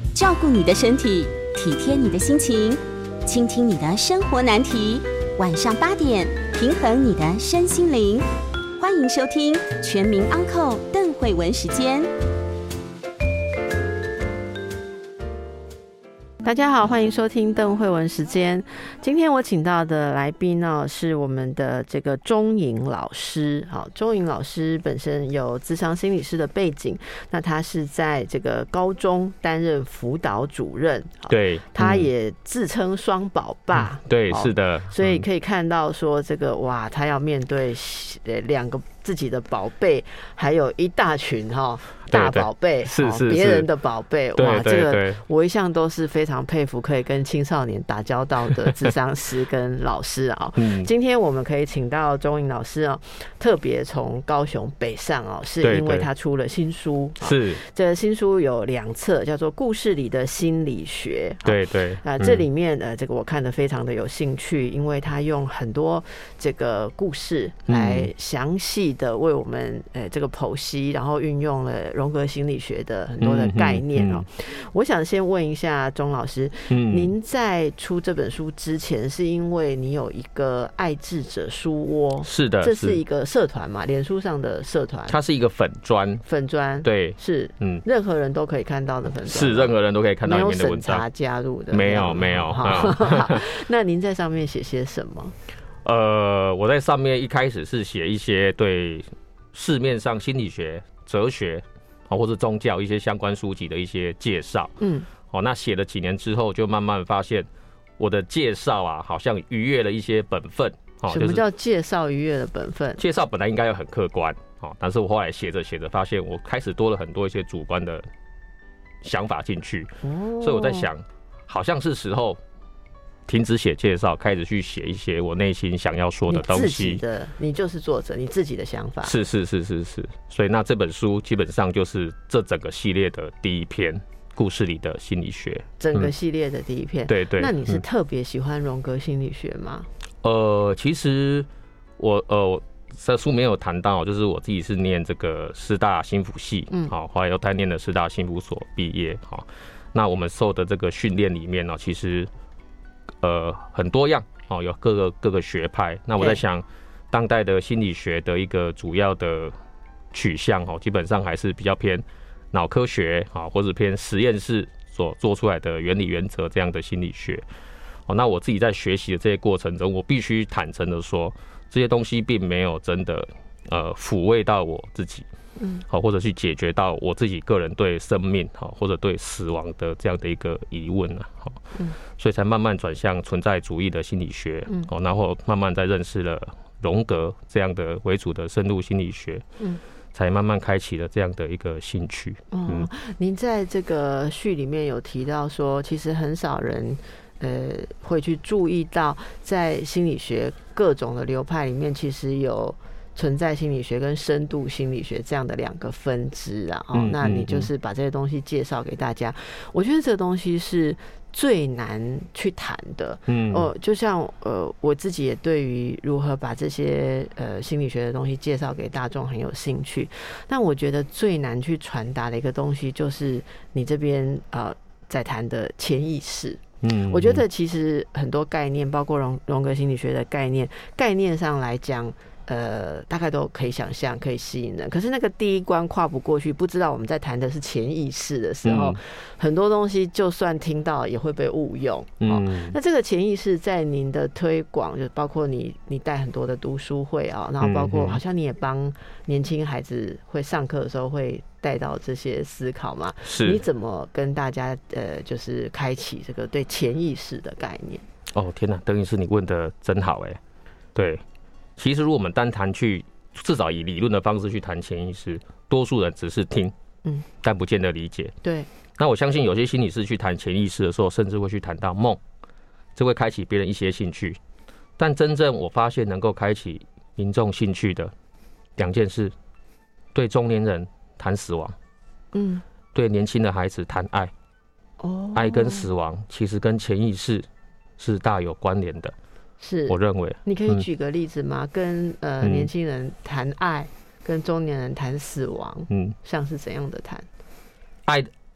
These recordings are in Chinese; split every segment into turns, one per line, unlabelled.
照顾你的身体，体贴你的心情，倾听你的生活难题。晚上8点，平衡你的身心灵。欢迎收听全民安扣邓惠文时间。
大家好，欢迎收听邓惠文时间。今天我请到的来宾呢，是我们的这个钟颖老师。好，钟颖老师本身有諮商心理师的背景，那他是在这个高中担任辅导主任。
对，
他也自称双宝爸。
对，是的。
所以可以看到说这个哇，他要面对2个自己的宝贝，还有一大群大宝贝，
是
别人的宝贝。哇，
这
个我一向都是非常佩服可以跟青少年打交道的諮商师跟老师啊。今天我们可以请到钟颖老师啊，特别从高雄北上哦，是因为他出了新书。
是，
这个新书有2册，叫做《故事里的心理学》。
对对。
这里面这个我看得非常的有兴趣，因为他用很多这个故事来详细的为我们这个剖析，然后运用了荣格心理学的很多的概念哦。我想先问一下钟老师，您在出这本书之前，是因为你有一个爱智者书窝？
是的，
这是一个社团嘛，脸书上的社团。
它是一个粉专，对，
是任何人都可以看到的粉专，
是任何人都可以看到里面的文章，
没有审查加入的，
没有。
好，那您在上面写些什么？
我在上面一开始是写一些对市面上心理学、哲学或者宗教一些相关书籍的一些介绍。那写了几年之后，就慢慢发现我的介绍啊，好像逾越了一些本分。
什么叫介绍逾越了本分？
介绍本来应该要很客观，但是我后来写着写着发现，我开始多了很多一些主观的想法进去。所以我在想，好像是时候停止写介绍，开始去写一些我内心想要说的东西。
你就是作者，你自己的想法。
是。所以那这本书基本上就是这整个系列的第一篇，故事里的心理学。
整个系列的第一篇。
对。
那你是特别喜欢荣格心理学吗？
其实我这书没有谈到，就是我自己是念这个师大心辅系，后来又念了师大心辅所毕业。那我们受的这个训练里面呢，其实很多样有各个学派。那我在想，当代的心理学的一个主要的取向基本上还是比较偏脑科学或者偏实验室所做出来的原理原则这样的心理学。那我自己在学习的这些过程中，我必须坦诚的说，这些东西并没有真的抚慰到我自己，或者去解决到我自己个人对生命或者对死亡的这样的一个疑问所以才慢慢转向存在主义的心理学，然后慢慢在认识了荣格这样的为主的深入心理学，才慢慢开启了这样的一个兴趣。
您在这个序里面有提到说，其实很少人会去注意到，在心理学各种的流派里面，其实有存在心理学跟深度心理学这样的2个分支啊。那你就是把这些东西介绍给大家。我觉得这个东西是最难去谈的。就像我自己也对于如何把这些心理学的东西介绍给大众很有兴趣。但我觉得最难去传达的一个东西，就是你这边在谈的潜意识。我觉得其实很多概念，包括荣格心理学的概念上来讲，大概都可以想象，可以吸引人。可是那个第一关跨不过去，不知道我们在谈的是潜意识的时候，很多东西就算听到也会被误用。那这个潜意识在您的推广，就包括你带很多的读书会啊，然后包括好像你也帮年轻孩子会上课的时候会带到这些思考嘛？
是。
你怎么跟大家就是开启这个对潜意识的概念？
天哪，邓医师你问的真好哎。对，其实如果我们单谈去，至少以理论的方式去谈潜意识，多数人只是听，但不见得理解。
对。
那我相信有些心理师去谈潜意识的时候，甚至会去谈到梦，这会开启别人一些兴趣。但真正我发现能够开启民众兴趣的2件事，对中年人谈死亡，对年轻的孩子谈爱。爱跟死亡其实跟潜意识是大有关联的。是，我认为。
你可以举个例子吗？跟年轻人谈爱，跟中年人谈死亡，像是怎样的谈？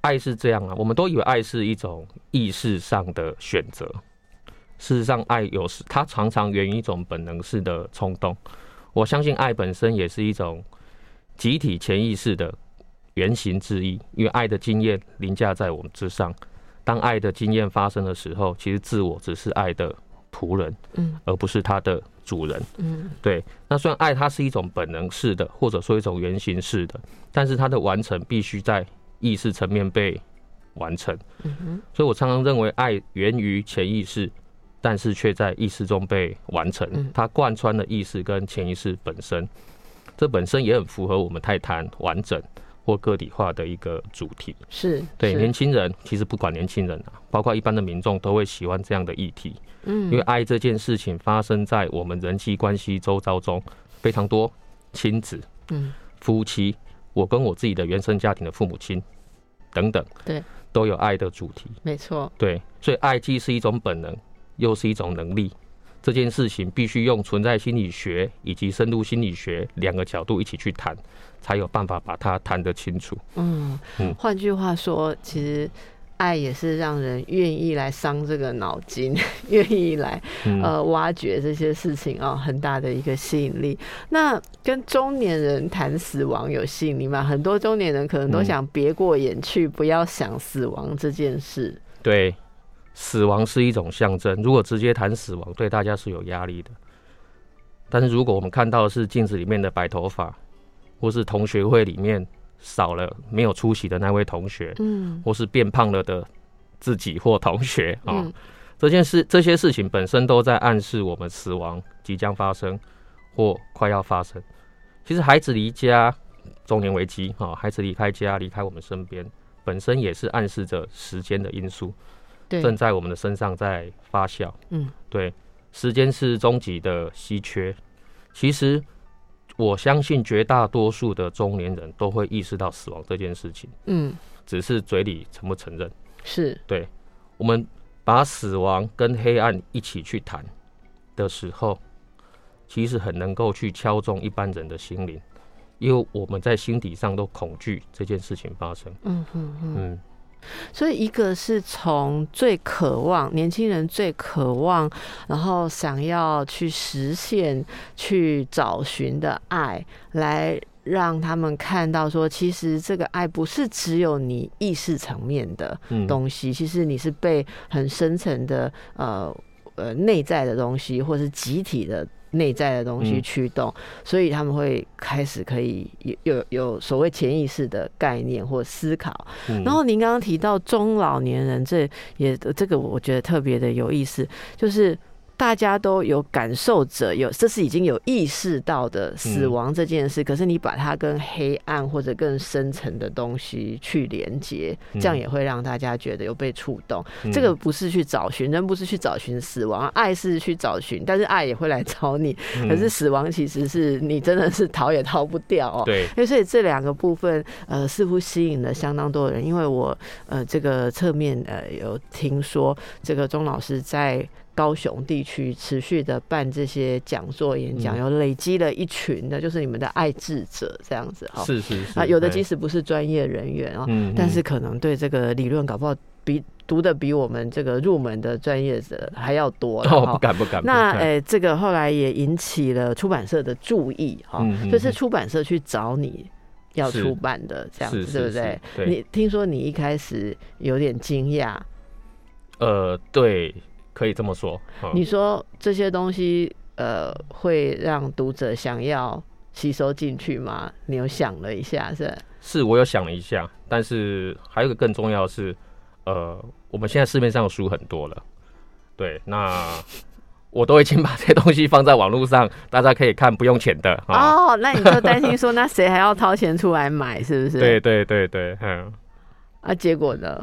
爱是这样啊，我们都以为爱是一种意识上的选择，事实上，爱有时它常常源于一种本能式的冲动。我相信爱本身也是一种集体潜意识的原型之一，因为爱的经验凌驾在我们之上。当爱的经验发生的时候，其实自我只是爱的仆人，而不是他的主人。对。那虽然爱它是一种本能式的，或者说一种原型式的，但是它的完成必须在意识层面被完成。所以我常常认为，爱源于潜意识，但是却在意识中被完成。它贯穿了意识跟潜意识本身，这本身也很符合我们太谈完整或个体化的一个主题。
是
对年轻人，其实不管年轻人啊，包括一般的民众都会喜欢这样的议题。因为爱这件事情发生在我们人际关系周遭中非常多，亲子、夫妻，我跟我自己的原生家庭的父母亲等等，
对，
都有爱的主题。
没错，
对，所以爱既是一种本能，又是一种能力。这件事情必须用存在心理学以及深度心理学两个角度一起去谈，才有办法把它谈得清楚。
换句话说，其实爱也是让人愿意来伤这个脑筋，愿意来挖掘这些事情很大的一个吸引力。那跟中年人谈死亡有吸引力吗？很多中年人可能都想别过眼去，不要想死亡这件事。
对。死亡是一种象征，如果直接谈死亡，对大家是有压力的。但是如果我们看到的是镜子里面的白头发，或是同学会里面少了没有出席的那位同学，或是变胖了的自己或同学这些事情本身都在暗示我们死亡即将发生或快要发生。其实孩子离家，中年危机孩子离开家，离开我们身边，本身也是暗示着时间的因素。正在我们的身上在发酵。对，时间是终极的稀缺。其实我相信绝大多数的中年人都会意识到死亡这件事情。只是嘴里承不承认。
是。
对，我们把死亡跟黑暗一起去谈的时候，其实很能够去敲中一般人的心灵，因为我们在心底上都恐惧这件事情发生。
所以一个是从最渴望，年轻人最渴望，然后想要去实现、去找寻的爱，来让他们看到说，其实这个爱不是只有你意识层面的东西，其实你是被很深层的内在的东西，或是集体的内在的东西驱动，所以他们会开始可以有所谓潜意识的概念或思考。然后您刚刚提到中老年人，这个我觉得特别的有意思，就是大家都有感受者，这是已经有意识到的死亡这件事，可是你把它跟黑暗或者更深层的东西去连接，这样也会让大家觉得有被触动。这个不是去找寻，人不是去找寻死亡，爱是去找寻，但是爱也会来找你。可是死亡其实是你真的是逃也逃不掉
对，
所以这两个部分似乎吸引了相当多的人，因为我这个侧面有听说这个钟老师在高雄地区持续的办这些讲座演讲，有累积了一群的，就是你们的爱智者这样子
是
有的即使不是专业人员但是可能对这个理论搞不好读的比我们这个入门的专业者还要多
不敢。
那这个后来也引起了出版社的注意就是出版社去找你要出版的这样子，对不对？你听说你一开始有点惊讶？
对。可以这么说。
你说这些东西会让读者想要吸收进去吗？你有想了一下是
我有想了一下，但是还有一个更重要的是我们现在市面上的书很多了，对，那我都已经把这些东西放在网络上，大家可以看，不用钱的
那你就担心说那谁还要掏钱出来买，是不是？
对。
结果呢？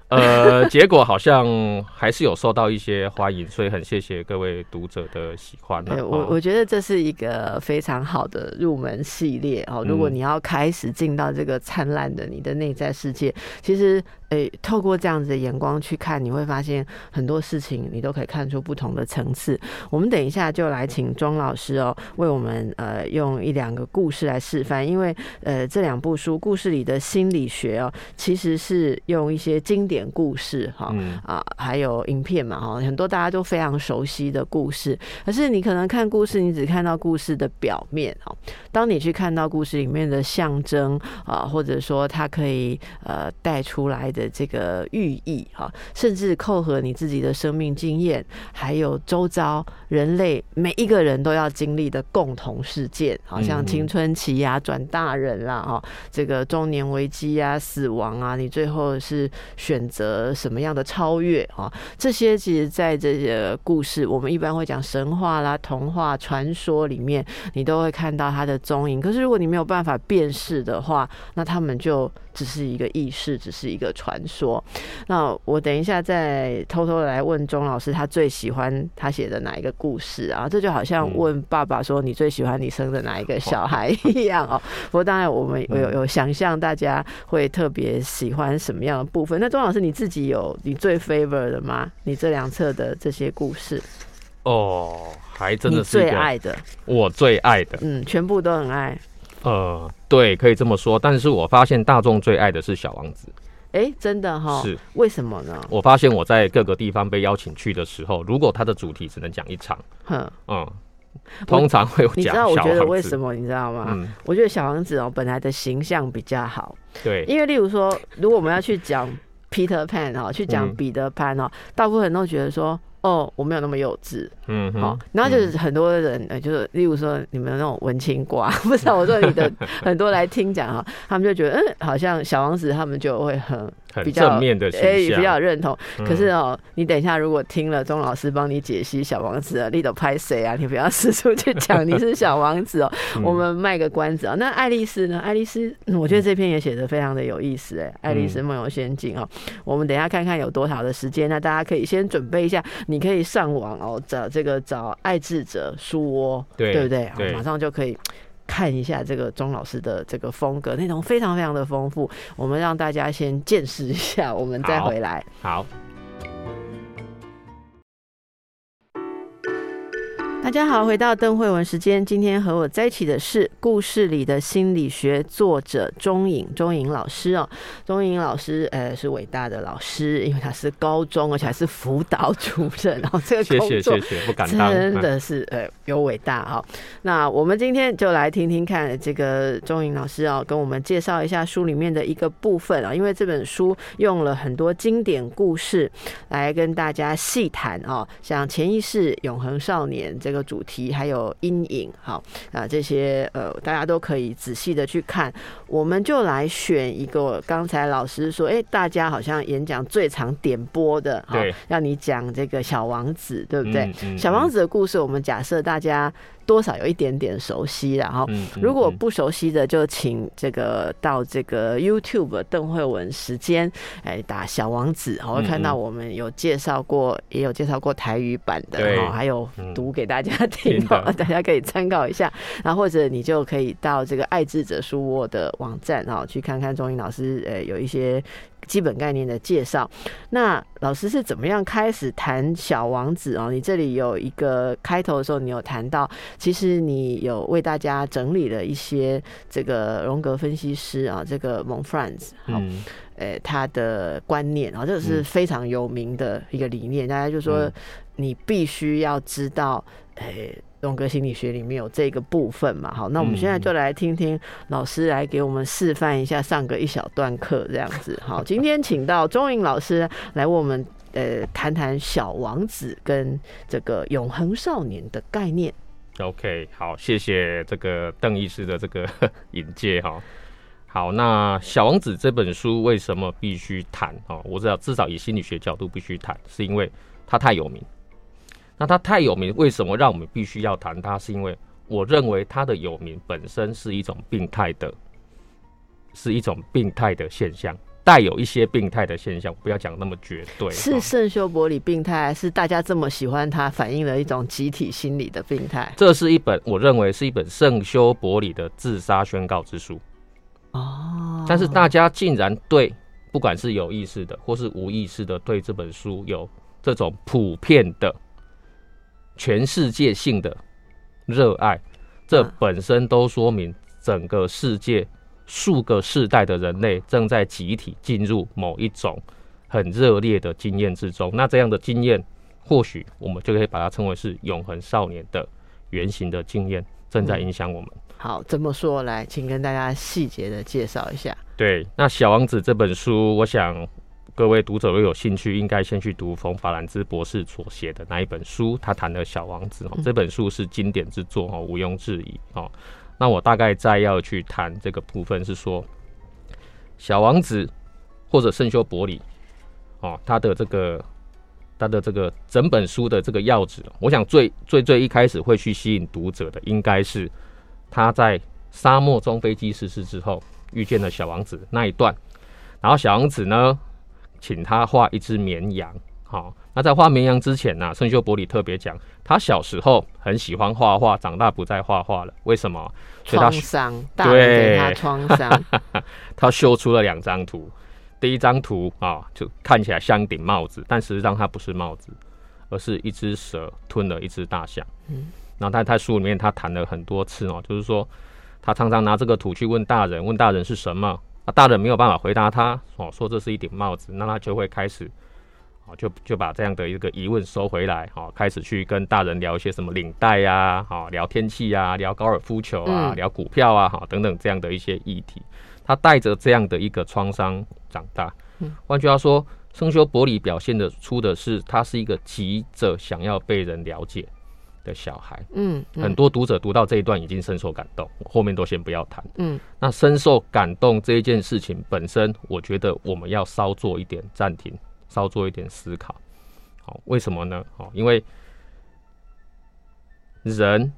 结果好像还是有受到一些欢迎，所以很谢谢各位读者的喜欢。
我觉得这是一个非常好的入门系列哦。如果你要开始进到这个灿烂的你的内在世界，其实透过这样子的眼光去看，你会发现很多事情你都可以看出不同的层次。我们等一下就来请钟老师哦，为我们用1-2个故事来示范，因为这2部书故事里的心理学哦，其实是用一些经典故事哈还有影片嘛哈，很多大家都非常熟悉的故事。可是你可能看故事，你只看到故事的表面哦。当你去看到故事里面的象征或者说它可以带出来的这个寓意甚至扣合你自己的生命经验，还有周遭人类每一个人都要经历的共同事件，好像青春期啊、转大人啦这个中年危机啊、死亡啊，你最后是选择什么样的超越这些其实在这些故事，我们一般会讲神话啦、童话、传说里面，你都会看到它的踪影。可是如果你没有办法辨识的话，那他们就只是一个意识，只是一个传说。那我等一下再偷偷的来问钟老师，他最喜欢他写的哪一个故事啊？这就好像问爸爸说你最喜欢你生的哪一个小孩一样不过当然我们有想象大家会特别喜欢什么样的部分。那钟老师你自己有你最 favor 的吗？你这2册的这些故事
还真的是
你最爱的，
我最爱的，
全部都很爱。
对，可以这么说。但是我发现大众最爱的是小王子。
真的
是
为什么呢？
我发现我在各个地方被邀请去的时候，如果他的主题只能讲1场，通常会有讲小王子。
你知道我觉得为什么你知道吗？我觉得小王子本来的形象比较好。
对，
因为例如说，如果我们要去讲 Peter Pan 去讲彼得潘大部分人都觉得说我没有那么幼稚，然后就是很多人就是例如说你们那种文青挂，不是我说你的很多来听讲他们就觉得好像小王子他们就会很比较
正面的形象，
比较认同。可是你等一下如果听了钟老师帮你解析小王子你都拍谁啊？你不要四处去讲你是小王子我们卖个关子那爱丽丝呢？爱丽丝我觉得这篇也写得非常的有意思爱丽丝梦游仙境我们等一下看看有多少的时间，那大家可以先准备一下，你可以上网找爱智者书窝，对不对？马上就可以看一下这个钟老师的这个风格，内容非常非常的丰富。我们让大家先见识一下，我们再回来。
好。
大家好，回到邓慧文时间。今天和我在一起的是故事里的心理学作者钟颖老师钟颖老师是伟大的老师，因为他是高中而且还是辅导主任这个工作
谢谢，不敢当，
真的是有伟大那我们今天就来听听看这个钟颖老师跟我们介绍一下书里面的一个部分因为这本书用了很多经典故事来跟大家细谈像潜意识、永恒少年这个主题，还有阴影这些大家都可以仔细的去看。我们就来选一个刚才老师说大家好像演讲最常点播的让你讲这个小王子，对不对？小王子的故事我们假设大家多少有一点点熟悉啦如果不熟悉的就请到这个 YouTube 邓慧文时间打小王子会看到我们有介绍过，也有介绍过台语版的还有读给大家听大家可以参考一下。然后或者你就可以到这个爱智者书窝的网站去看看钟颖老师有一些基本概念的介绍。那老师是怎么样开始谈小王子你这里有一个开头的时候，你有谈到，其实你有为大家整理了一些这个荣格分析师这个蒙弗兰兹他的观念这个是非常有名的一个理念。大家就说你必须要知道荣格心理学里面有这个部分嘛。好，那我们现在就来听听老师来给我们示范一下，上个一小段课这样子。好，今天请到钟颖老师来为我们谈谈小王子跟这个永恒少年的概念。
OK， 好，谢谢这个邓医师的这个引介好，那小王子这本书为什么必须谈我知道至少以心理学角度必须谈，是因为它太有名。那它太有名，为什么让我们必须要谈它？是因为我认为它的有名本身是一种病态的现象。 带有一些病态的现象，不要讲那么绝对。
是圣修伯里病态，是大家这么喜欢他，反映了一种集体心理的病态？
这是一本我认为是一本圣修伯里的自杀宣告之书。但是大家竟然对，不管是有意识的或是无意识的，对这本书有这种普遍的全世界性的热爱，这本身都说明整个世界数个世代的人类正在集体进入某一种很热烈的经验之中。那这样的经验，或许我们就可以把它称为是永恒少年的原型的经验，正在影响我们。
好，怎么说？来，请跟大家细节的介绍一下。
对，那《小王子》这本书，我想各位读者如果有兴趣，应该先去读冯法兰兹博士所写的那一本书，他谈的小王子。这本书是经典之作，毋庸置疑。那我大概再要去谈这个部分是说，小王子或者圣修伯里，他的这个整本书的这个要旨，我想最一开始会去吸引读者的，应该是他在沙漠中飞机失事之后遇见了小王子那一段，然后小王子呢请他画一只绵羊。那在画绵羊之前呢，圣修伯里特别讲，他小时候很喜欢画画，长大不再画画了。为什么？
创伤，大人给他创伤。
他修出了2张图，第一张图就看起来像一顶帽子，但实际上它不是帽子，而是一只蛇吞了一只大象。然后在书里面他谈了很多次就是说他常常拿这个图去问大人，问大人是什么，大人没有办法回答他，说这是一顶帽子，那他就会开始就把这样的一个疑问收回来，开始去跟大人聊一些什么领带啊，聊天气啊，聊高尔夫球啊，聊股票啊，等等这样的一些议题。他带着这样的一个创伤长大。换句话说，圣修伯里表现出的是他是一个急着想要被人了解的小孩。很多读者读到这一段已经深受感动，后面都先不要谈。那深受感动这一件事情本身，我觉得我们要稍做一点暂停，稍做一点思考。为什么呢？因为人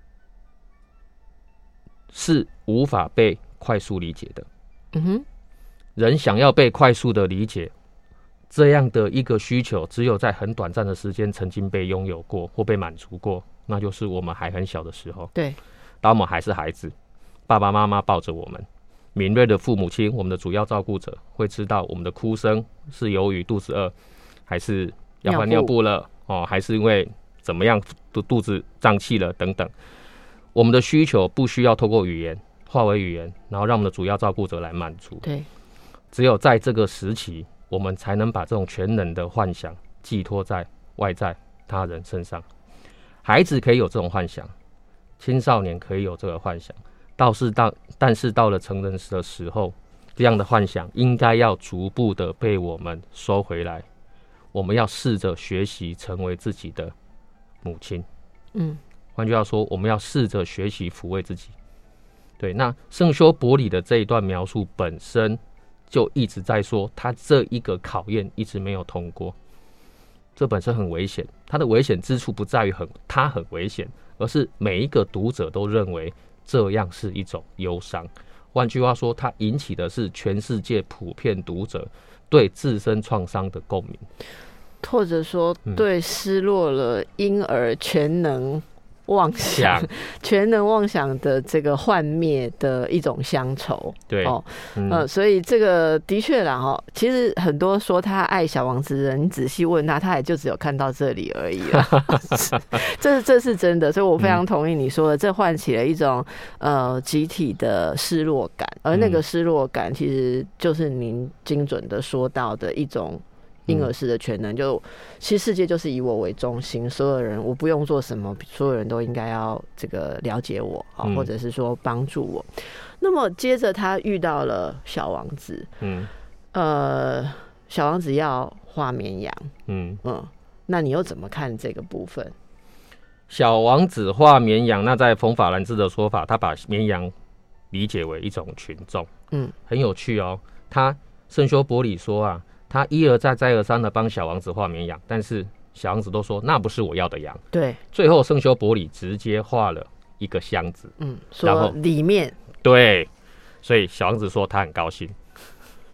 是无法被快速理解的。人想要被快速的理解，这样的一个需求，只有在很短暂的时间曾经被拥有过或被满足过，那就是我们还很小的时候。
对，
当我们还是孩子，爸爸妈妈抱着我们，敏锐的父母亲，我们的主要照顾者，会知道我们的哭声是由于肚子饿，还是要换尿布了，还是因为怎么样肚子胀气了等等。我们的需求不需要透过语言化为语言，然后让我们的主要照顾者来满足。
对，
只有在这个时期，我们才能把这种全能的幻想寄托在外在他人身上。孩子可以有这种幻想，青少年可以有这个幻想，但是到了成人的时候，这样的幻想应该要逐步的被我们收回来。我们要试着学习成为自己的母亲。换句话说，我们要试着学习抚慰自己。对，那圣修伯里的这一段描述本身就一直在说，他这一个考验一直没有通过，这本身很危险。他的危险之处不在于他很危险，而是每一个读者都认为这样是一种忧伤。换句话说，它引起的是全世界普遍读者对自身创伤的共鸣，
或者说对失落了婴儿全能妄想全能妄想的这个幻灭的一种乡愁。
对，
所以这个的确啦，其实很多说他爱小王子的人，你仔细问他，他也就只有看到这里而已啦。这是真的，所以我非常同意你说的，这唤起了一种集体的失落感，而那个失落感其实就是您精准的说到的一种婴儿式的全能，就其实世界就是以我为中心，所有人我不用做什么，所有人都应该要这个了解我，或者是说帮助我。那么接着他遇到了小王子，小王子要画绵羊，那你又怎么看这个部分？
小王子画绵羊，那在冯法兰兹的说法，他把绵羊理解为一种群众，很有趣哦。他圣修伯里说啊，他一而再再而三的帮小王子画绵羊，但是小王子都说那不是我要的羊。
对，
最后圣修伯里直接画了一个箱子，
说里面，
对，所以小王子说他很高兴。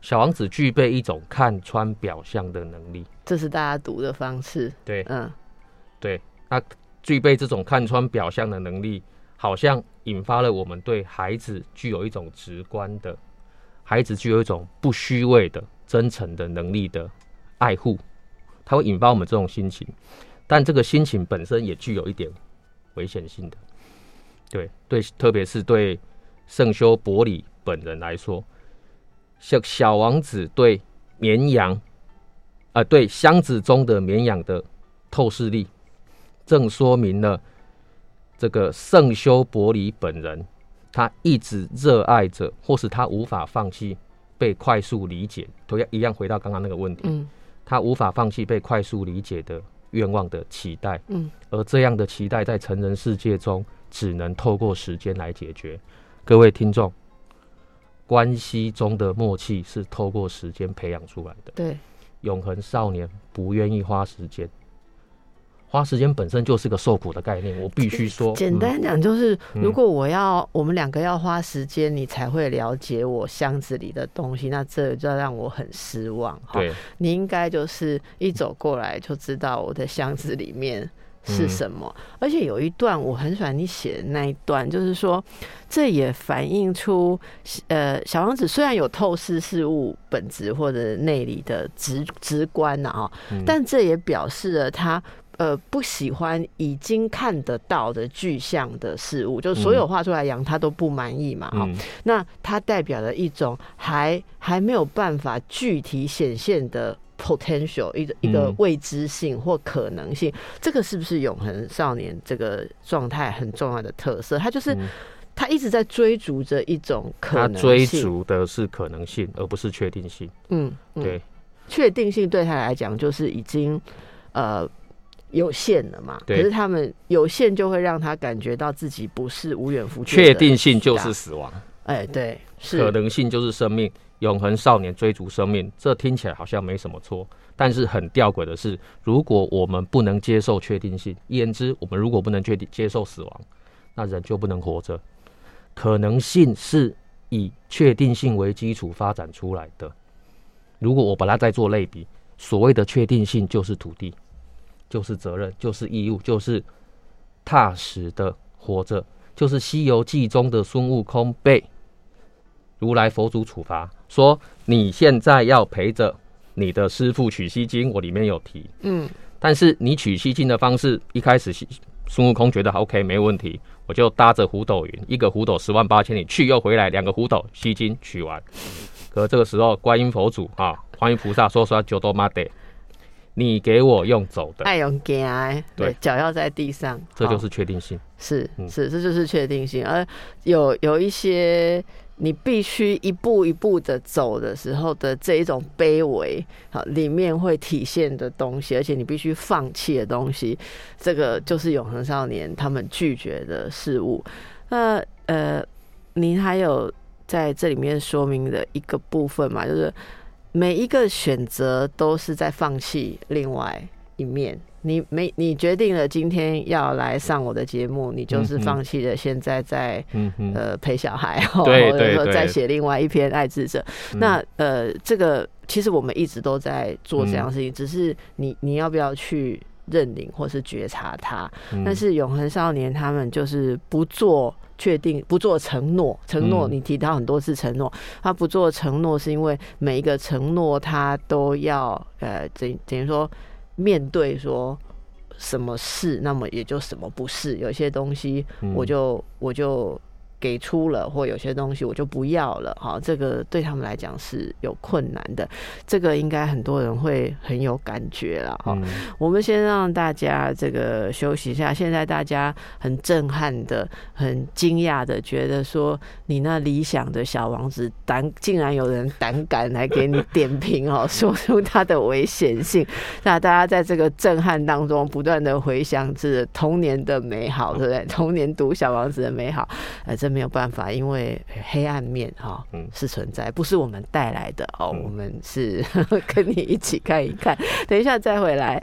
小王子具备一种看穿表象的能力，
这是大家读的方式。
对，对，那具备这种看穿表象的能力，好像引发了我们对孩子具有一种直观的，孩子具有一种不虚伪的、真诚的能力的爱护，它会引发我们这种心情，但这个心情本身也具有一点危险性的。对，特别是对圣修伯里本人来说，小王子对绵羊，对箱子中的绵羊的透视力，正说明了这个圣修伯里本人，他一直热爱着，或是他无法放弃被快速理解，一样回到刚刚那个问题，他无法放弃被快速理解的愿望的期待，而这样的期待在成人世界中只能透过时间来解决。各位听众，关系中的默契是透过时间培养出来的。
对，
永恒少年不愿意花时间，花时间本身就是个受苦的概念。我必须说，
简单讲就是，如果我们两个要花时间，你才会了解我箱子里的东西，那这就让我很失望。
对，
你应该就是一走过来就知道我的箱子里面是什么。而且有一段我很喜欢你写的那一段，就是说这也反映出小王子虽然有透视事物本质或者内里的直观啊，但这也表示了他不喜欢已经看得到的具象的事物，就所有画出来羊他都不满意嘛。那它代表了一种还没有办法具体显现的potential， 一个未知性或可能性。这个是不是永恒少年这个状态很重要的特色？他就是他一直在追逐着一种可能性，
他追逐的是可能性，而不是确定性。对，
确定性对他来讲就是已经有限了嘛。可是他们有限就会让他感觉到自己不是无远弗届的。
确定性就是死亡，
对，是
可能性就是生命。永恒少年追逐生命，这听起来好像没什么错，但是很吊诡的是，如果我们不能接受确定性，言之，我们如果不能接受死亡，那人就不能活着。可能性是以确定性为基础发展出来的。如果我把它再做类比，所谓的确定性就是土地，就是责任，就是义务，就是踏实的活着，就是《西游记》中的孙悟空被如来佛祖处罚，说你现在要陪着你的师父取西经，我里面有提，但是你取西经的方式，一开始孙悟空觉得 OK 没问题，我就搭着虎斗云，一个虎斗108000里，去又回来2个虎斗，西经取完。可这个时候观音佛祖观音菩萨说九多妈得，你给我用走的，
爱用走，对，脚要在地上，
这就是确定性。
是，这就是确定性。而有一些你必须一步一步的走的时候的这一种卑微，里面会体现的东西，而且你必须放弃的东西，这个就是永恒少年他们拒绝的事物。那您还有在这里面说明的一个部分嘛，就是每一个选择都是在放弃另外一面。你决定了今天要来上我的节目，你就是放弃了现在在陪小孩，或者说在写另外一篇爱智者。那这个其实我们一直都在做这样的事情，只是你要不要去认领或是觉察它。但是永恒少年他们就是不做确定，不做承诺。你提到很多次承诺，他不做承诺是因为每一个承诺他都要等于说面对说什么是，那么也就什么不是。有些东西我就给出了，或有些东西我就不要了。这个对他们来讲是有困难的，这个应该很多人会很有感觉了。我们先让大家这个休息一下。现在大家很震撼的、很惊讶的觉得说，你那理想的小王子竟然有人胆敢来给你点评说出他的危险性。那大家在这个震撼当中不断的回想着童年的美好，对不对？童年读小王子的美好，这没有办法，因为黑暗面是存在，不是我们带来的我们是跟你一起看一看。等一下再回来。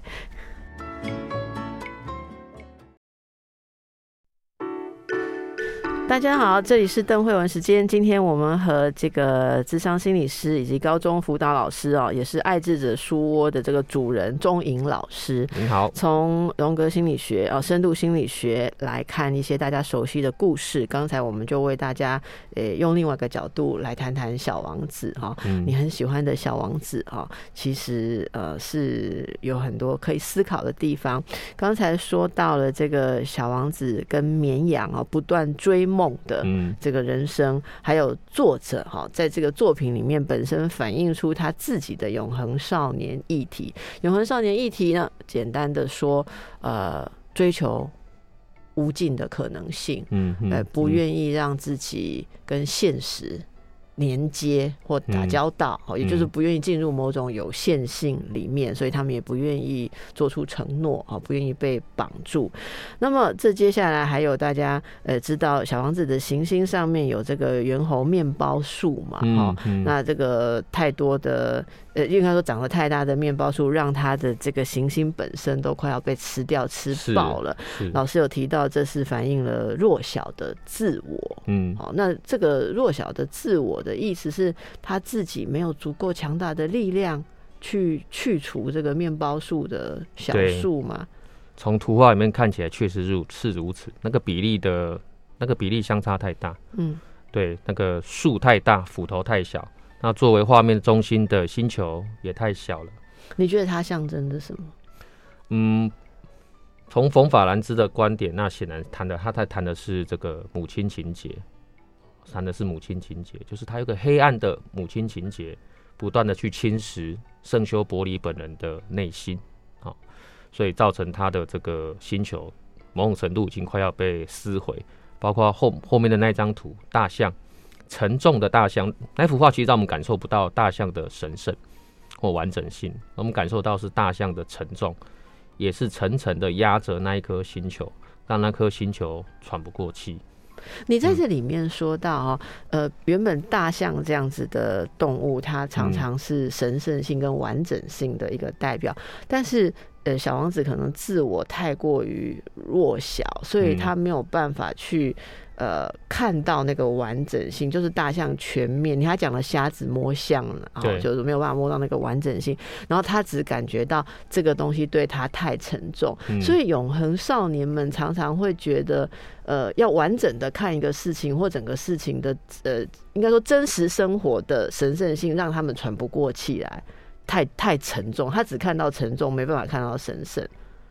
大家好，这里是邓慧文时间。今天我们和这个諮商心理师以及高中辅导老师也是爱智者书窝的这个主人钟颖老师。
您好。
从荣格心理学深度心理学来看一些大家熟悉的故事。刚才我们就为大家用另外一个角度来谈谈小王子你很喜欢的小王子其实是有很多可以思考的地方。刚才说到了这个小王子跟绵羊不断追梦的这个人生，还有作者在这个作品里面本身反映出他自己的永恒少年议题。永恒少年议题呢，简单的说追求无尽的可能性，不愿意让自己跟现实连接或打交道，也就是不愿意进入某种有限性里面，所以他们也不愿意做出承诺，不愿意被绑住。那么这接下来还有大家知道小王子的行星上面有这个猿猴面包树嘛，那这个太多的应该说长得太大的面包树，让他的这个行星本身都快要被吃掉吃饱了。老师有提到这是反映了弱小的自我，那这个弱小的自我的意思是他自己没有足够强大的力量去去除这个面包树的小树吗？
从图画里面看起来确实是如此，那个比例相差太大。对，那个树太大，斧头太小，那作为画面中心的星球也太小了。
你觉得它象征着什么？
从冯法兰兹的观点，那显然他在谈的是这个母亲情节。谈的是母亲情节，就是他有个黑暗的母亲情节，不断的去侵蚀圣修伯里本人的内心，所以造成他的这个星球某种程度已经快要被撕毁。包括后面的那张图，大象，沉重的大象，那幅画其实让我们感受不到大象的神圣或完整性，我们感受到是大象的沉重，也是沉沉的压着那一颗星球，让那颗星球喘不过气。
你在这里面说到原本大象这样子的动物，它常常是神圣性跟完整性的一个代表，但是小王子可能自我太过于弱小，所以他没有办法去看到那个完整性，就是大象全面。你还讲了瞎子摸象就是没有办法摸到那个完整性，然后他只感觉到这个东西对他太沉重，所以永恒少年们常常会觉得要完整的看一个事情或整个事情的应该说真实生活的神圣性，让他们喘不过气来，太沉重，他只看到沉重，没办法看到神圣。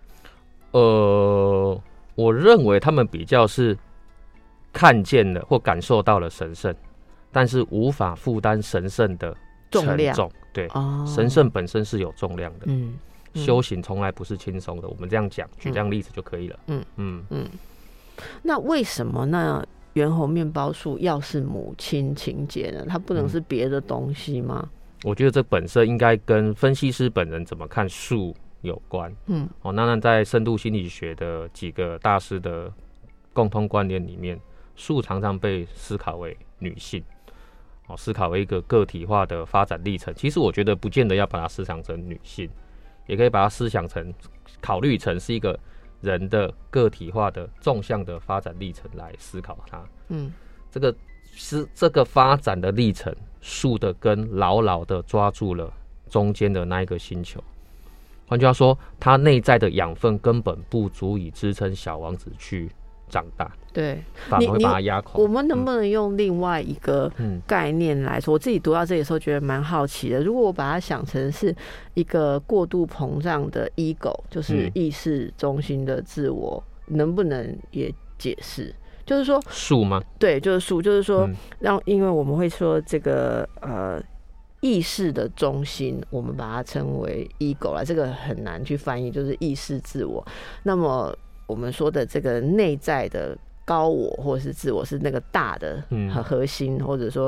我认为他们比较是看见了或感受到了神圣，但是无法负担神圣的沉重。对，神圣本身是有重量的。修行从来不是轻松的。我们这样讲，举这样例子就可以了。
那为什么呢？猿猴面包树要是母亲情节呢？它不能是别的东西吗？
我觉得这本身应该跟分析师本人怎么看树有关。那在深度心理学的几个大师的共通观点里面，树常常被思考为女性，思考为一个个体化的发展历程。其实我觉得不见得要把它思想成女性，也可以把它思想成考虑成是一个人的个体化的纵向的发展历程来思考它。这个发展的历程，树的根牢牢的抓住了中间的那一个星球。换句话说，它内在的养分根本不足以支撑小王子去长大，
对，
反而会把它压垮。
我们能不能用另外一个概念来说？我自己读到这里的时候觉得蛮好奇的。如果我把它想成是一个过度膨胀的 ego， 就是意识中心的自我，能不能也解释？就是说
树吗？
对，就是树，就是说因为我们会说这个意识的中心，我们把它称为 ego 啦，这个很难去翻译，就是意识自我。那么我们说的这个内在的高我或是自我，是那个大的核心，或者说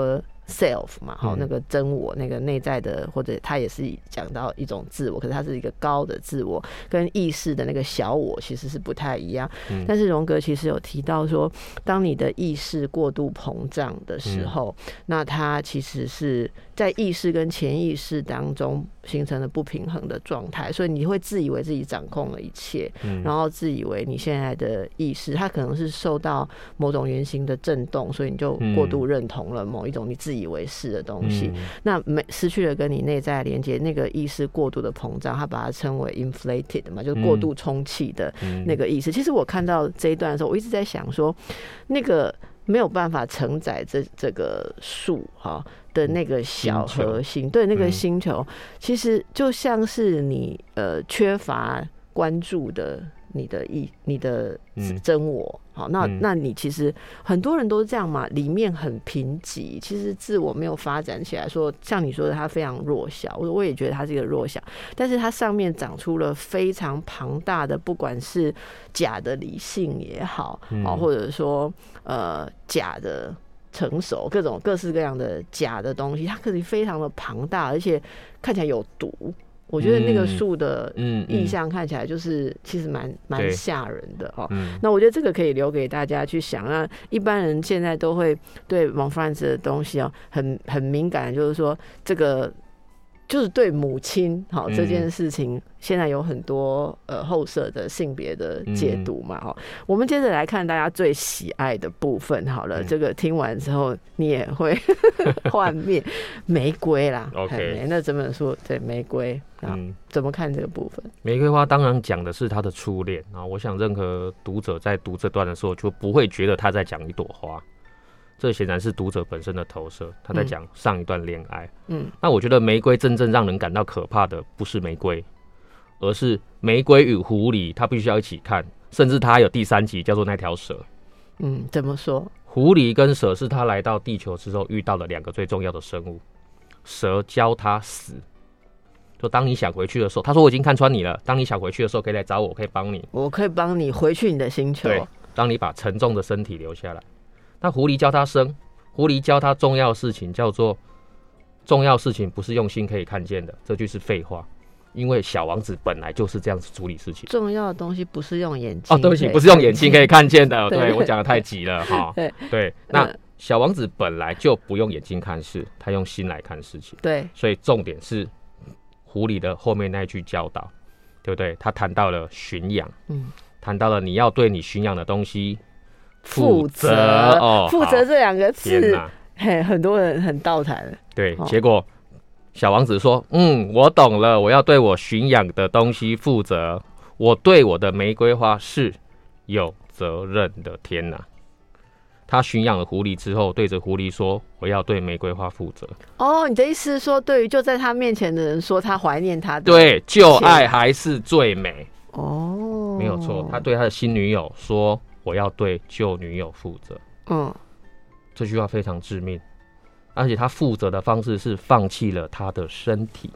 self 嘛，好，那个真我，那个内在的，或者他也是讲到一种自我，可是它是一个高的自我，跟意识的那个小我其实是不太一样。但是荣格其实有提到说，当你的意识过度膨胀的时候，那它其实是在意识跟潜意识当中形成了不平衡的状态，所以你会自以为自己掌控了一切，然后自以为你现在的意识，它可能是受到某种原型的震动，所以你就过度认同了某一种你自以为是的东西，那失去了跟你内在的连接，那个意识过度的膨胀，它把它称为 inflated 嘛，就是过度充气的那个意识。其实我看到这一段的时候，我一直在想说，那个没有办法承载这个树的那个小核心，对，那个星球，其实就像是你缺乏关注的你的真我。好，那你其实很多人都是这样嘛，里面很贫瘠，其实自我没有发展起来，说像你说的，它非常弱小，我也觉得它是一个弱小，但是它上面长出了非常庞大的，不管是假的理性也好，或者说假的成熟，各式各样的假的东西，它可以非常的庞大，而且看起来有毒。我觉得那个树的意象看起来就是其实蛮吓人的那我觉得这个可以留给大家去想。那一般人现在都会对 Von Franz 的东西很敏感，就是说这个就是对母亲这件事情，现在有很多后设的性别的解读嘛我们接着来看大家最喜爱的部分好了，这个听完之后你也会幻灭玫瑰啦。OK， 那这本书对玫瑰怎么看这个部分？
玫瑰花当然讲的是他的初恋我想任何读者在读这段的时候就不会觉得他在讲一朵花，这显然是读者本身的投射，他在讲上一段恋爱。那我觉得玫瑰真正让人感到可怕的不是玫瑰，而是玫瑰与狐狸，他必须要一起看，甚至他还有第3集叫做那条蛇。
怎么说？
狐狸跟蛇是他来到地球之后遇到的2个最重要的生物。蛇教他死，就当你想回去的时候，他说我已经看穿你了，当你想回去的时候可以来找我，我可以帮你，
我可以帮你回去你的星球。
对，当你把沉重的身体留下来。那狐狸教他生，狐狸教他重要的事情叫做重要事情不是用心可以看见的，这句是废话，因为小王子本来就是这样子处理事情。
重要的东西不是用眼睛
对不起，不是用眼睛可以看见的。对，我讲的太急了对，那小王子本来就不用眼睛看事，他用心来看事情。
对，
所以重点是狐狸的后面那一句教导，对不对？他谈到了驯养，谈到了你要对你驯养的东西负责。负责这2个字，很多人很倒谈。 对，结果小王子说：“我懂了，我要对我驯养的东西负责，我对我的玫瑰花是有责任的。”天哪！他驯养了狐狸之后，对着狐狸说：“我要对玫瑰花负责。”
你的意思是说，对于就在他面前的人说他怀念他的，
对，旧爱还是最美。没有错。他对他的新女友说：“我要对旧女友负责。”这句话非常致命，而且他负责的方式是放弃了他的身体，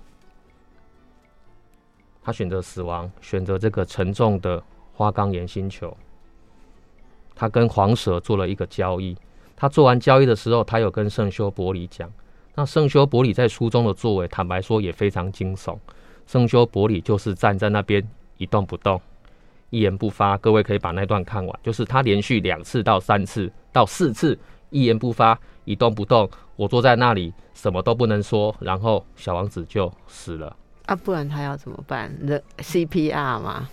他选择死亡，选择这个沉重的花岗岩星球。他跟黄蛇做了一个交易，他做完交易的时候，他有跟圣修伯里讲，那圣修伯里在书中的作为，坦白说也非常惊悚。圣修伯里就是站在那边一动不动，一言不发。各位可以把那段看完，就是他连续2次到3次到4次一言不发，一动不动，我坐在那里什么都不能说，然后小王子就死了。
不然他要怎么办？CPR 吗？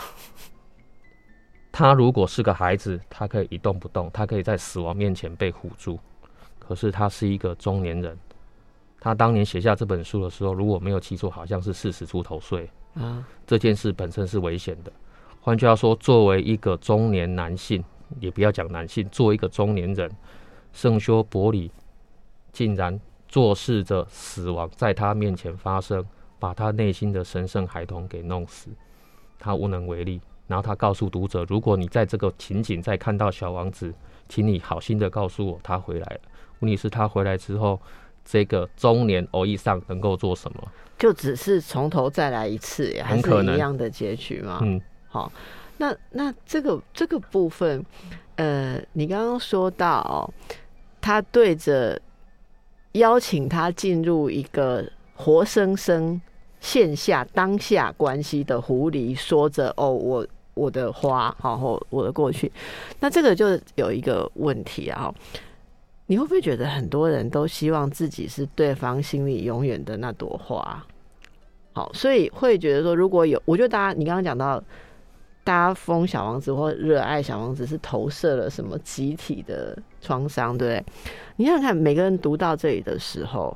他如果是个孩子，他可以一动不动，他可以在死亡面前被唬住。可是他是一个中年人，他当年写下这本书的时候，如果没有记错，好像是40出头岁。这件事本身是危险的。换句话说，作为一个中年男性，也不要讲男性，作为一个中年人，圣修伯里竟然坐视着死亡在他面前发生，把他内心的神圣孩童给弄死，他无能为力。然后他告诉读者，如果你在这个情景再看到小王子，请你好心的告诉我他回来了。问题是他回来之后，这个中年偶一上能够做什么？就
只是从头再来一次耶，还是一样的结局吗？好，那这个部分，你刚刚说到他对着邀请他进入一个活生生线下当下关系的狐狸，说着我的花，好，我的过去。那这个就有一个问题啊，你会不会觉得很多人都希望自己是对方心里永远的那朵花？好，所以会觉得说，如果有，我觉得你刚刚讲到，大家封小王子或热爱小王子是投射了什么集体的创伤，对不对？你想想看，每个人读到这里的时候，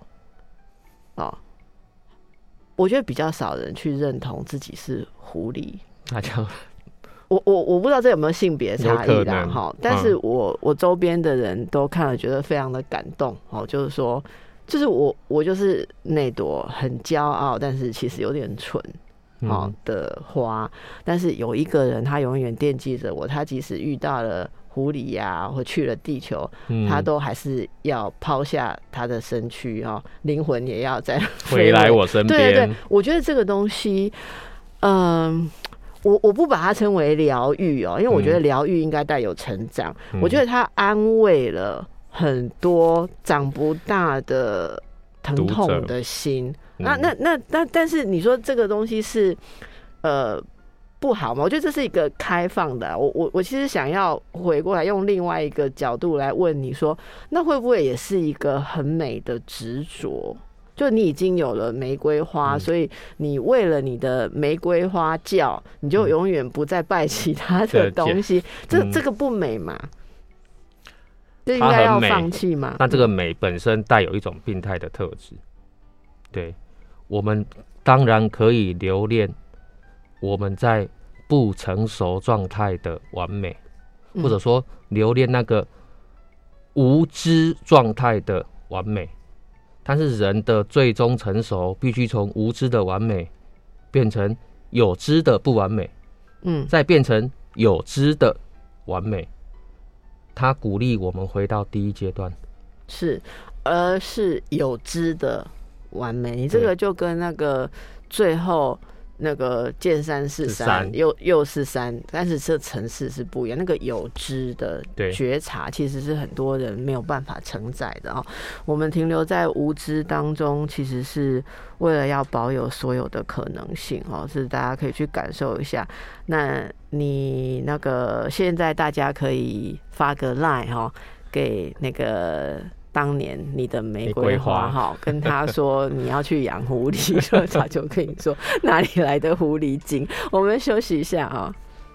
我觉得比较少人去认同自己是狐狸。
那就
我不知道这有没有性别差异啦，哈，但是我周边的人都看了觉得非常的感动，就是说，就是我就是那朵很骄傲，但是其实有点蠢的花，但是有一个人他永远惦记着我，他即使遇到了狐狸呀，或去了地球，他都还是要抛下他的身躯灵魂也要再
回来我身边。
对，我觉得这个东西，我不把它称为疗愈因为我觉得疗愈应该带有成长。我觉得它安慰了很多长不大的疼痛的心。那但是你说这个东西是不好吗？我觉得这是一个开放的。我其实想要回过来用另外一个角度来问你说，那会不会也是一个很美的执着？就你已经有了玫瑰花，所以你为了你的玫瑰花教，你就永远不再拜其他的东西。这个不美嘛？这应该要放弃嘛？
那这个美本身带有一种病态的特质。对，我们当然可以留恋我们在不成熟状态的完美，或者说留恋那个无知状态的完美。但是人的最终成熟必须从无知的完美变成有知的不完美，再变成有知的完美。他鼓励我们回到第一阶段，
而是有知的完美。你这个就跟那个最后那个见山是山，又是山，但是这层次是不一样。那个有知的觉察，其实是很多人没有办法承载的我们停留在无知当中，其实是为了要保有所有的可能性是大家可以去感受一下。那你那个现在大家可以发个 LINE 给那个当年你的玫瑰花跟他说你要去养狐狸，他就跟你说哪里来的狐狸精。我们休息一下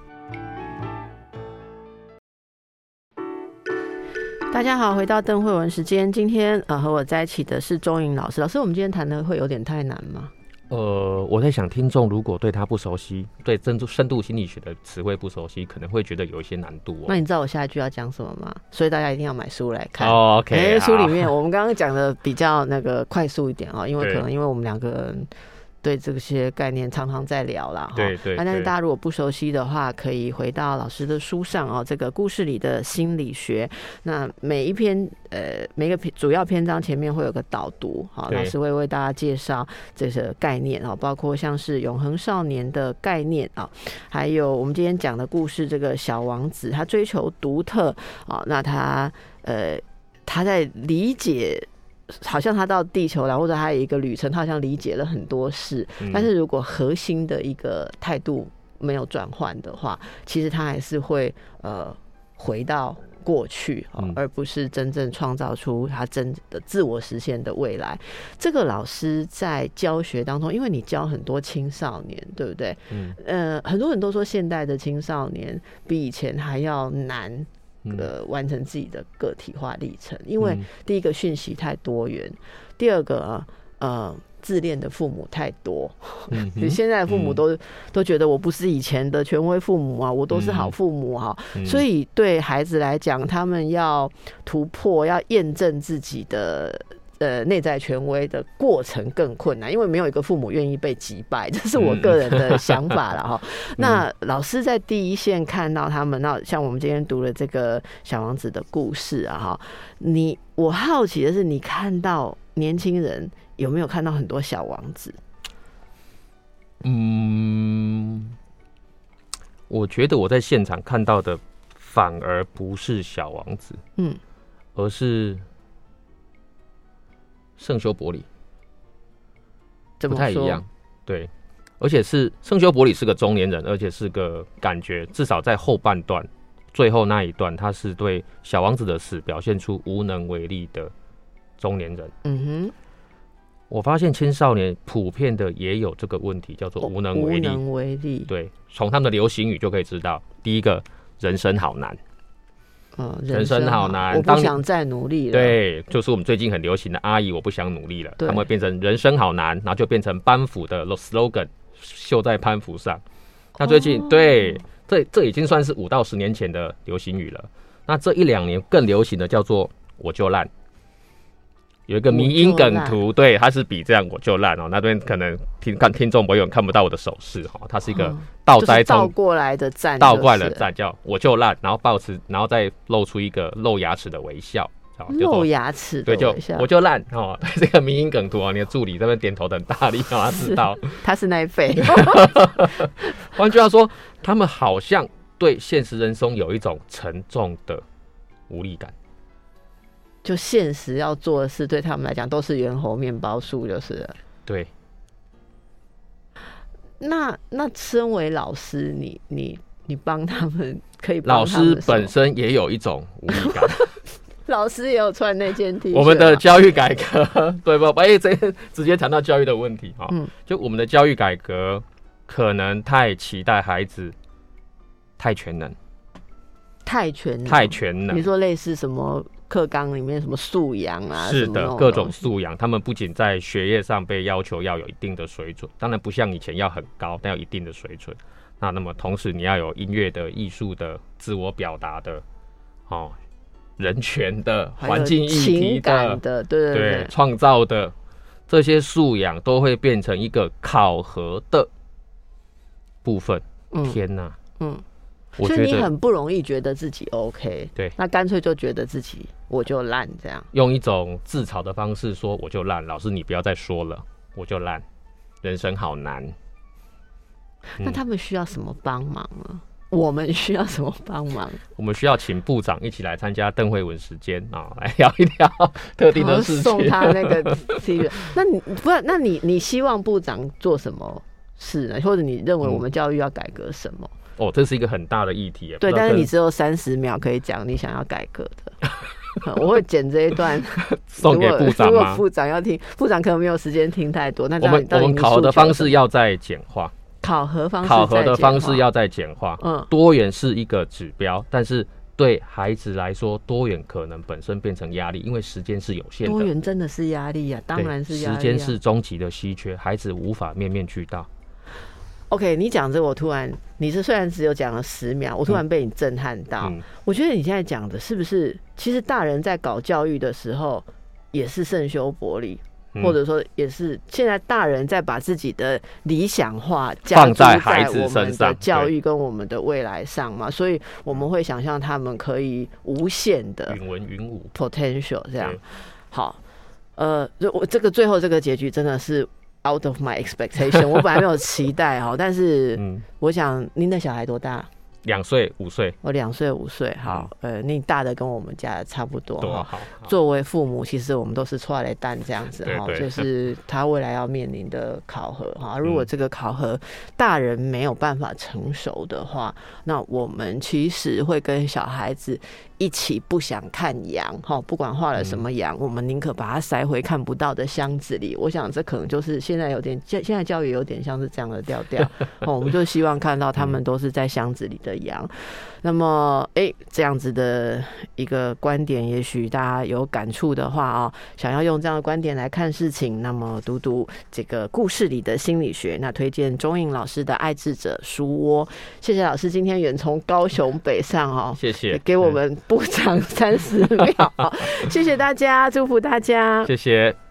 大家好，回到邓慧文时间。今天和我在一起的是钟颖老师。老师，我们今天谈的会有点太难吗？
我在想，听众如果对他不熟悉，对深度心理学的词汇不熟悉，可能会觉得有一些难度
那你知道我下一句要讲什么吗？所以大家一定要买书来看。
OK，
书里面我们刚刚讲的比较那个快速一点因为可能因为我们两个人对这些概念常常在聊啦。
对。
但是大家如果不熟悉的话，可以回到老师的书上这个故事里的心理学。那每一篇每个主要篇章前面会有个导读老师会为大家介绍这些概念包括像是永恒少年的概念还有我们今天讲的故事，这个小王子他追求独特那他在理解。好像他到地球来，或者他有一个旅程，他好像理解了很多事，但是如果核心的一个态度没有转换的话，其实他还是会回到过去而不是真正创造出他真的自我实现的未来。这个老师在教学当中，因为你教很多青少年，对不对？很多人都说现代的青少年比以前还要难完成自己的个体化历程，因为第一个讯息太多元，第二个自恋的父母太多。现在的父母都觉得我不是以前的权威父母我都是好父母所以对孩子来讲，他们要突破，要验证自己的内在权威的过程更困难，因为没有一个父母愿意被击败，这是我个人的想法啦那老师在第一线看到他们，那像我们今天读了这个小王子的故事我好奇的是，你看到年轻人有没有看到很多小王子？
我觉得我在现场看到的反而不是小王子，而是圣修伯里，
怎么
不太一样。对，而且是圣修伯里是个中年人，而且是个感觉至少在后半段最后那一段，他是对小王子的死表现出无能为力的中年人。
嗯哼，
我发现青少年普遍的也有这个问题，叫做无能为力。
无能为力。
对，从他们的流行语就可以知道，第一个，人生好难。人生好难，
我不想再努力了。
对，就是我们最近很流行的阿姨，我不想努力了，他们会变成人生好难，然后就变成班服的 slogan 绣在班服上。那最近、对，这已经算是5到10年前的流行语了。那这1-2年更流行的叫做我就烂。有一个迷因梗图，对，它是比这样我就烂哦。那边可能听众朋友看不到我的手势哈，它是一个倒栽葱、
倒过来的赞，
倒过来的赞叫我就烂，然后抱持，然后再露出一个露牙齿的微笑，
露牙齿的微笑，
对，我就烂哦。这个迷因梗图哦，你的助理在那边点头的很大力，让他知道
他是那一辈。
换句话说，他们好像对现实人生有一种沉重的无力感。
就现实要做的事，对他们来讲都是猿猴面包树，就是了。
对。
那身为老师，你帮他们可以帮
老师本身也有一种无力感。
老师也有穿那件 T 恤。
我们的教育改革，对不？这直接谈到教育的问题啊。就我们的教育改革可能太期待孩子太全能。太全能。
你说类似什么？课纲里面什么素养啊？
是的，各种素养，他们不仅在学业上被要求要有一定的水准，当然不像以前要很高，但要一定的水准。那么同时你要有音乐的、艺术的、自我表达的、人权的、环境议题的、对创造的这些素养，都会变成一个考核的部分。天哪！
所以你很不容易觉得自己 OK，
对，
那干脆就觉得自己我就烂，这样
用一种自嘲的方式说我就烂，老师你不要再说了，我就烂，人生好难。
那他们需要什么帮忙呢？我们需要什么帮忙？
我们需要请部长一起来参加邓慧文时间来聊一聊特定的事情，
送他那个 T 恤。那你希望部长做什么事呢？或者你认为我们教育要改革什么？
这是一个很大的议题。
对，但是你只有30秒可以讲你想要改革的。我会剪这一段
送给部长吗？
如果部长要听，部长可能没有时间听太多。那
我们考核的方式要再简化。考核的方式要再简化。多元是一个指标，但是对孩子来说，多元可能本身变成压力，因为时间是有限的。
多元真的是压力啊，当然是压力。
时间是终极的稀缺，孩子无法面面俱到。
OK， 你讲这个，我突然，你是虽然只有讲了10秒，我突然被你震撼到。我觉得你现在讲的是不是，其实大人在搞教育的时候也是圣修伯里，或者说也是现在大人在把自己的理想化
放在孩子身上，
教育跟我们的未来上嘛，所以我们会想象他们可以无限的
云文云武
potential 这样。好，我这个最后这个结局真的是out of my expectation， 我本来没有期待但是我想您的小孩多大
？2岁、5岁。
我2岁、5岁。好，你大的跟我们家的差不多。
好。
作为父母，其实我们都是错来蛋这样子就是他未来要面临的考核如果这个考核大人没有办法成熟的话，那我们其实会跟小孩子一起不想看羊不管画了什么羊，我们宁可把它塞回看不到的箱子里。我想这可能就是现在教育有点像是这样的调调我们就希望看到他们都是在箱子里的羊。那么这样子的一个观点，也许大家有感触的话想要用这样的观点来看事情，那么读读这个故事里的心理学，那推荐钟颖老师的爱智者书窝。谢谢老师今天远从高雄北上
谢谢，
给我们部长30秒谢谢大家，祝福大家，
谢谢。